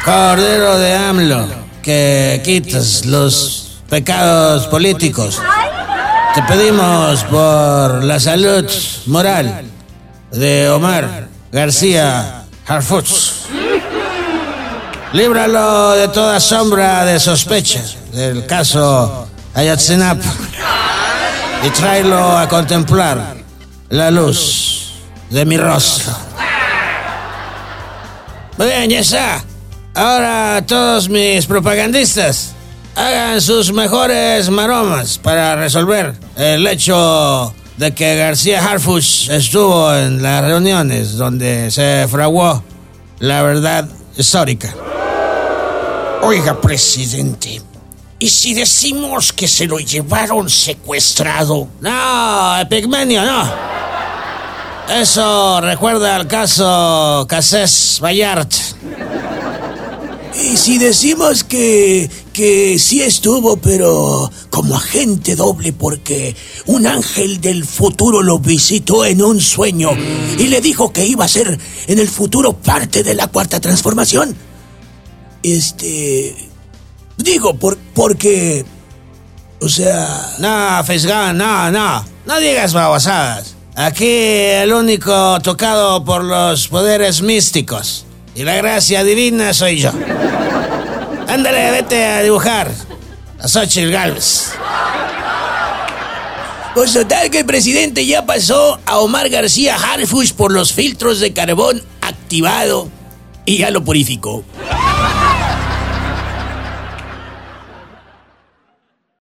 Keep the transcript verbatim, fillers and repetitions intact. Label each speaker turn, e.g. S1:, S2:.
S1: Cordero de AMLO, que quitas los pecados políticos. Te pedimos por la salud moral de Omar García Harfuch. Líbralo de toda sombra de sospecha del caso Ayotzinapa y tráelo a contemplar la luz de mi rostro. Muy bien, ya está. Ahora todos mis propagandistas hagan sus mejores maromas para resolver el hecho de que García Harfuch estuvo en las reuniones donde se fraguó la verdad histórica.
S2: Oiga, presidente, ¿y si decimos que se lo llevaron secuestrado?
S1: No, Epigmenio, no. Eso recuerda al caso Cassés Bayard.
S3: ¿Y si decimos que, que sí estuvo, pero como agente doble porque un ángel del futuro lo visitó en un sueño y le dijo que iba a ser en el futuro parte de la cuarta transformación? Este... Digo, por, porque... O sea...
S1: No, Fisgón, no, no. No digas babosadas. Aquí el único tocado por los poderes místicos y la gracia divina soy yo. Ándale, vete a dibujar a Xochitl Gálvez.
S3: Pues total que el presidente ya pasó a Omar García Harfuch por los filtros de carbón activado y ya lo purificó.